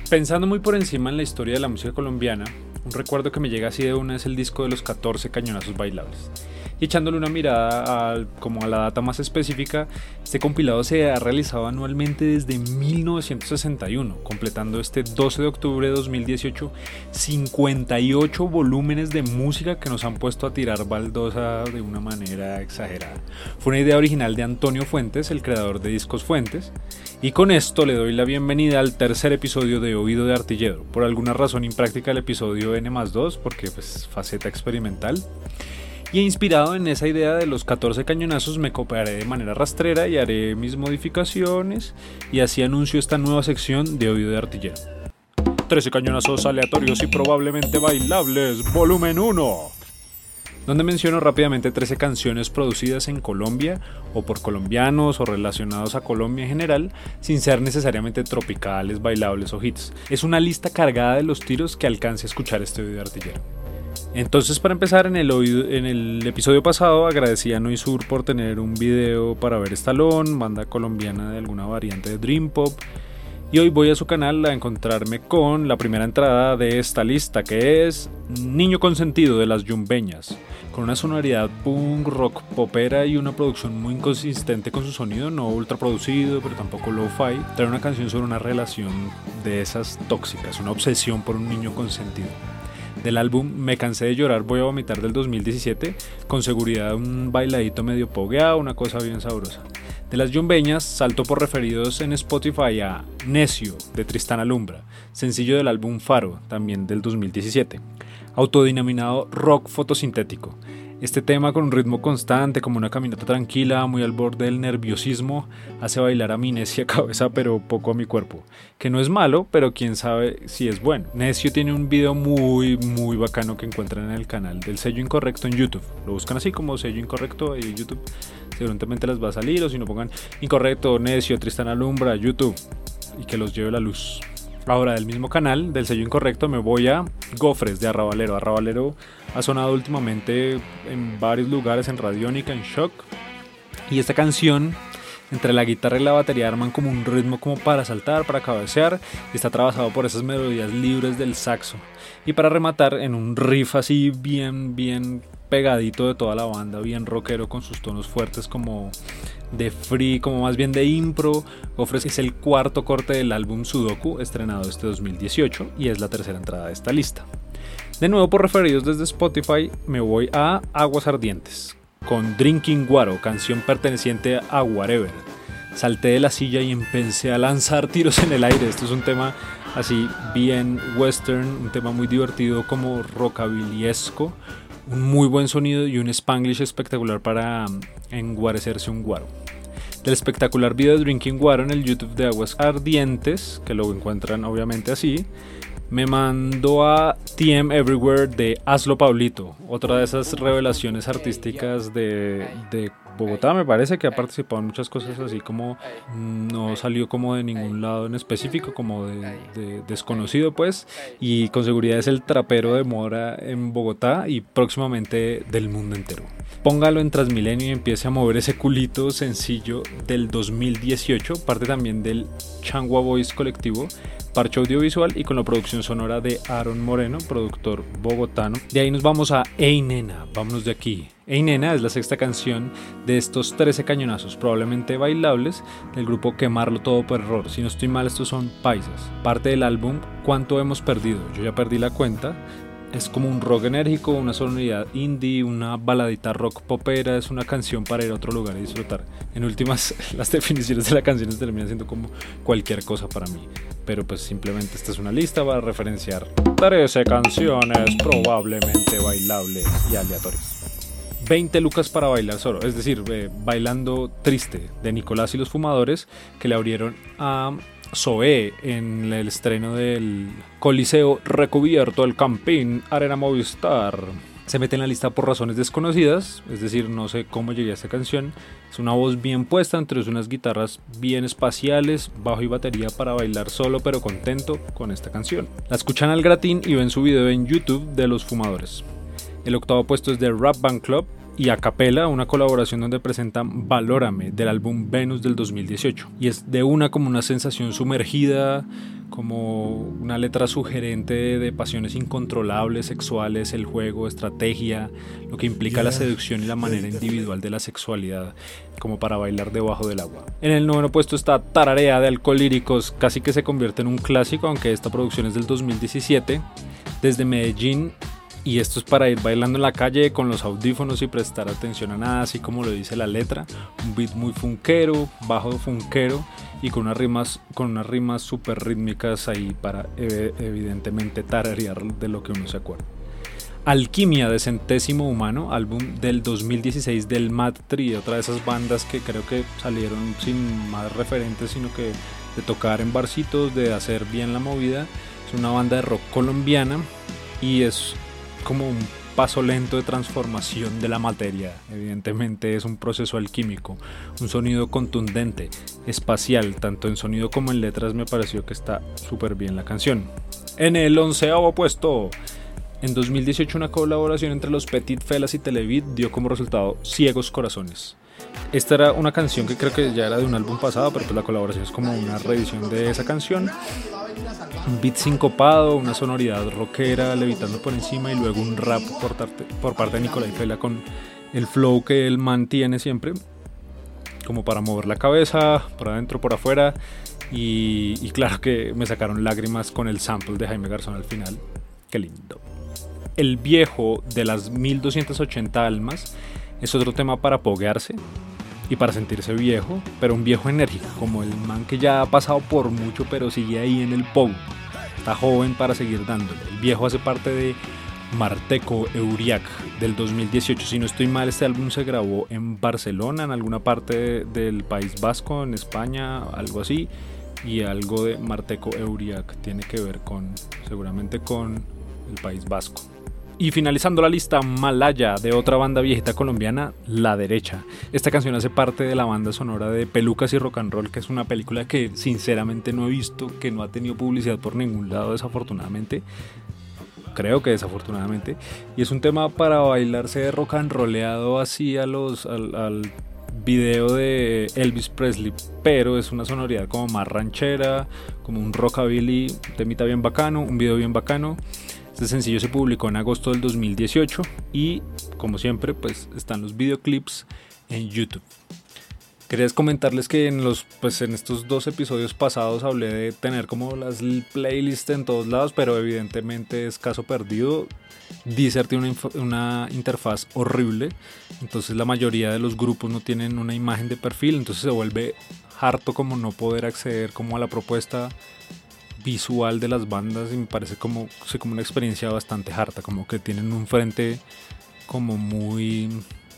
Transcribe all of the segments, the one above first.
Pensando muy por encima en la historia de la música colombiana, un recuerdo que me llega así de una es el disco de los 14 cañonazos bailables. Y echándole una mirada a la data más específica, este compilado se ha realizado anualmente desde 1961, completando este 12 de octubre de 2018 58 volúmenes de música que nos han puesto a tirar baldosa de una manera exagerada. Fue una idea original de Antonio Fuentes, el creador de Discos Fuentes, y con esto le doy la bienvenida al tercer episodio de Oído de Artillero. Por alguna razón impráctica el episodio N+2, porque pues faceta experimental. Y inspirado en esa idea de los 14 cañonazos me copiaré de manera rastrera y haré mis modificaciones, y así anuncio esta nueva sección de Oído de Artillero. 13 cañonazos aleatorios y probablemente bailables, volumen 1, donde menciono rápidamente 13 canciones producidas en Colombia o por colombianos o relacionados a Colombia en general, sin ser necesariamente tropicales, bailables o hits. Es una lista cargada de los tiros que alcance a escuchar este Oído de Artillero. Entonces, para empezar, en el episodio pasado agradecí a Noisur por tener un video para ver Estalón, banda colombiana de alguna variante de Dream Pop, y hoy voy a su canal a encontrarme con la primera entrada de esta lista, que es Niño Consentido de las Yumbeñas, con una sonoridad punk, rock, popera y una producción muy inconsistente con su sonido, no ultra producido, pero tampoco lo-fi. Trae una canción sobre una relación de esas tóxicas, una obsesión por un niño consentido. Del álbum Me Cansé de Llorar, Voy a Vomitar del 2017, con seguridad un bailadito medio pogueado, una cosa bien sabrosa. De las Yumbeñas, salto por referidos en Spotify a Necio, de Tristán Alumbra, sencillo del álbum Faro, también del 2017, autodenominado rock fotosintético. Este tema, con un ritmo constante, como una caminata tranquila, muy al borde del nerviosismo, hace bailar a mi necia cabeza pero poco a mi cuerpo, que no es malo, pero quién sabe si es bueno. Necio tiene un video muy bacano que encuentran en el canal del Sello Incorrecto en YouTube. Lo buscan así como Sello Incorrecto en YouTube, seguramente les va a salir, o si no pongan Incorrecto, Necio, Tristán Alumbra, YouTube, y que los lleve la luz. Ahora, del mismo canal, del Sello Incorrecto, me voy a Gofres de Arrabalero. Arrabalero ha sonado últimamente en varios lugares, en Radiónica, en Shock. Y esta canción, entre la guitarra y la batería, arman como un ritmo como para saltar, para cabecear. Y está trabajado por esas melodías libres del saxo. Y para rematar, en un riff así bien pegadito de toda la banda, bien rockero, con sus tonos fuertes como de free, como más bien de impro. Gofres es el cuarto corte del álbum Sudoku, estrenado este 2018, y es la tercera entrada de esta lista. De nuevo, por referidos desde Spotify, me voy a Aguas Ardientes con Drinking Guaro, canción perteneciente a Whatever. Salté de la silla y empecé a lanzar tiros en el aire. Esto es un tema así bien western, un tema muy divertido, como rockabillesco, un muy buen sonido y un spanglish espectacular para enguarecerse un guaro. Del espectacular video de Drinking Guaro en el YouTube de Aguas Ardientes, que lo encuentran obviamente así, me mando a TM Everywhere de Hazlo Pablito, otra de esas revelaciones artísticas de Bogotá, me parece, que ha participado en muchas cosas así, como no salió como de ningún lado en específico, como de desconocido pues, y con seguridad es el trapero de moda en Bogotá y próximamente del mundo entero. Póngalo en Transmilenio y empiece a mover ese culito, sencillo del 2018, parte también del Changua Boys colectivo, parche audiovisual y con la producción sonora de Aaron Moreno, productor bogotano. De ahí nos vamos a Ey Nena, vámonos de aquí. Ey Nena es la sexta canción de estos 13 cañonazos, probablemente bailables, del grupo Quemarlo Todo por Error. Si no estoy mal, estos son paisas. Parte del álbum ¿Cuánto hemos perdido? Yo ya perdí la cuenta. Es como un rock enérgico, una sonoridad indie, una baladita rock popera. Es una canción para ir a otro lugar y disfrutar. En últimas, las definiciones de la canción terminan siendo como cualquier cosa para mí. Pero pues simplemente esta es una lista para referenciar 13 canciones probablemente bailables y aleatorias. 20 lucas para bailar solo, es decir, Bailando Triste, de Nicolás y los Fumadores, que le abrieron a Zoé en el estreno del Coliseo Recubierto del Campín Arena Movistar. Se mete en la lista por razones desconocidas, es decir, no sé cómo llegué a esta canción. Es una voz bien puesta, entre unas guitarras bien espaciales, bajo y batería para bailar solo pero contento con esta canción. La escuchan al gratín y ven su video en YouTube de Los Fumadores. El octavo puesto es de Rap Band Club, y a capela, una colaboración donde presentan Valórame del álbum Venus del 2018. Y es de como una sensación sumergida, como una letra sugerente de pasiones incontrolables, sexuales, el juego, estrategia, lo que implica la seducción y la manera individual de la sexualidad, como para bailar debajo del agua. En el noveno puesto está Tararea de Alcolíricos, casi que se convierte en un clásico, aunque esta producción es del 2017, desde Medellín. Y esto es para ir bailando en la calle con los audífonos y prestar atención a nada, así como lo dice la letra. Un beat muy funkero, bajo funkero y con unas rimas súper rítmicas ahí para evidentemente tararear de lo que uno se acuerda. Alquimia de Centésimo Humano, álbum del 2016 del Mad Tree, otra de esas bandas que creo que salieron sin más referentes, sino que de tocar en barcitos, de hacer bien la movida. Es una banda de rock colombiana y es como un paso lento de transformación de la materia. Evidentemente es un proceso alquímico, un sonido contundente, espacial, tanto en sonido como en letras. Me pareció que está súper bien la canción. En el 11º puesto, en 2018 una colaboración entre los Petit Felas y Televid dio como resultado Ciegos Corazones. Esta era una canción que creo que ya era de un álbum pasado, pero pues la colaboración es como una reedición de esa canción. Un beat sincopado, una sonoridad rockera levitando por encima y luego un rap por parte de Nicolai Fela con el flow que él mantiene siempre, como para mover la cabeza, por adentro, por afuera. Y claro que me sacaron lágrimas con el sample de Jaime Garzón al final. Qué lindo. El viejo de las 1280 almas es otro tema para poguearse y para sentirse viejo, pero un viejo enérgico, como el man que ya ha pasado por mucho pero sigue ahí en el pogo. Está joven para seguir dándole. El viejo hace parte de Marteco Euriac del 2018. Si no estoy mal, este álbum se grabó en Barcelona, en alguna parte del País Vasco, en España, algo así. Y algo de Marteco Euriac tiene que ver seguramente con el País Vasco. Y finalizando la lista, Malaya, de otra banda viejita colombiana, La Derecha. Esta canción hace parte de la banda sonora de Pelucas y Rock and Roll, que es una película que sinceramente no he visto, que no ha tenido publicidad por ningún lado, desafortunadamente. Creo que desafortunadamente. Y es un tema para bailarse de rock and rolleado así al video de Elvis Presley, pero es una sonoridad como más ranchera, como un rockabilly, temita bien bacano, un video bien bacano. Este sencillo se publicó en agosto del 2018 y, como siempre, pues están los videoclips en YouTube. Quería comentarles que en estos 2 episodios pasados hablé de tener como las playlists en todos lados, pero evidentemente es caso perdido. Deezer tiene una interfaz horrible, entonces la mayoría de los grupos no tienen una imagen de perfil, entonces se vuelve harto como no poder acceder como a la propuesta visual de las bandas, y me parece como una experiencia bastante harta, como que tienen un frente como muy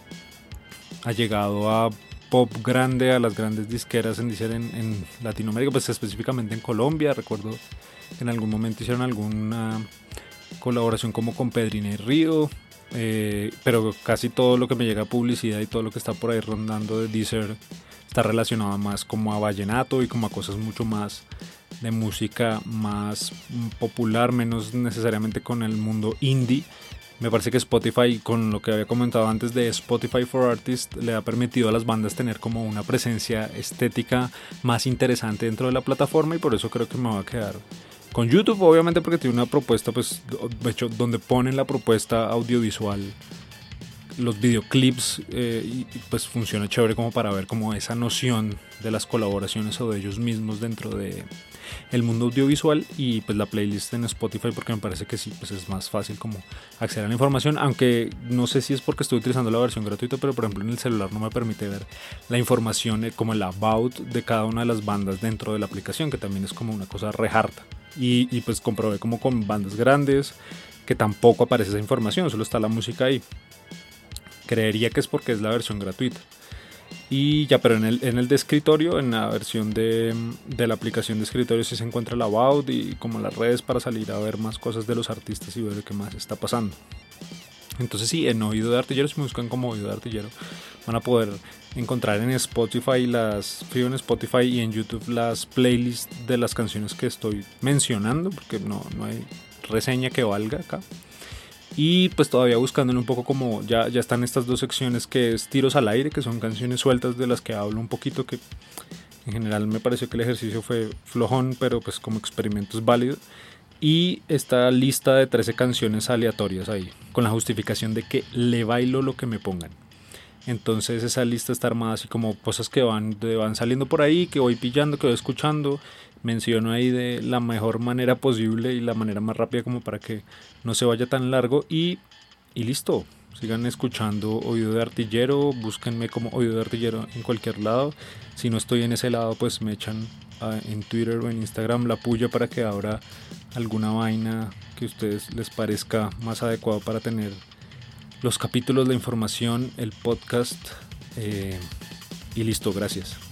allegado a pop grande, a las grandes disqueras en Latinoamérica, pues específicamente en Colombia. Recuerdo que en algún momento hicieron alguna colaboración como con Pedrina y Río, pero casi todo lo que me llega a publicidad y todo lo que está por ahí rondando de Deezer está relacionado más como a vallenato y como a cosas mucho más de música más popular, menos necesariamente con el mundo indie. Me parece que Spotify, con lo que había comentado antes de Spotify for Artists, le ha permitido a las bandas tener como una presencia estética más interesante dentro de la plataforma, y por eso creo que me voy a quedar con YouTube, obviamente porque tiene una propuesta, pues, de hecho, donde ponen la propuesta audiovisual, los videoclips, y pues funciona chévere como para ver como esa noción de las colaboraciones o de ellos mismos dentro de el mundo audiovisual, y pues la playlist en Spotify, porque me parece que sí, pues es más fácil como acceder a la información, aunque no sé si es porque estoy utilizando la versión gratuita, pero por ejemplo en el celular no me permite ver la información como el about de cada una de las bandas dentro de la aplicación, que también es como una cosa re harta. Y pues comprobé como con bandas grandes que tampoco aparece esa información, solo está la música ahí. Creería que es porque es la versión gratuita. Y ya, pero en el de escritorio, en la versión de la aplicación de escritorio, sí se encuentra el about y como las redes para salir a ver más cosas de los artistas y ver qué más está pasando. Entonces sí, en Oído de Artillero, si me buscan como Oído de Artillero, van a poder encontrar en Spotify en Spotify y en YouTube las playlists de las canciones que estoy mencionando, porque no hay reseña que valga acá. Y pues todavía buscándole un poco como ya están estas dos secciones que es tiros al aire, que son canciones sueltas de las que hablo un poquito, que en general me pareció que el ejercicio fue flojón, pero pues como experimento es válido. Y esta lista de 13 canciones aleatorias ahí, con la justificación de que le bailo lo que me pongan. Entonces esa lista está armada así como cosas que van saliendo por ahí, que voy pillando, que voy escuchando. Menciono ahí de la mejor manera posible y la manera más rápida como para que no se vaya tan largo. Y listo. Sigan escuchando Oído de Artillero, búsquenme como Oído de Artillero en cualquier lado. Si no estoy en ese lado, pues me echan en Twitter o en Instagram la puya para que abra alguna vaina que a ustedes les parezca más adecuado para tener los capítulos, la información, el podcast. Y listo, gracias.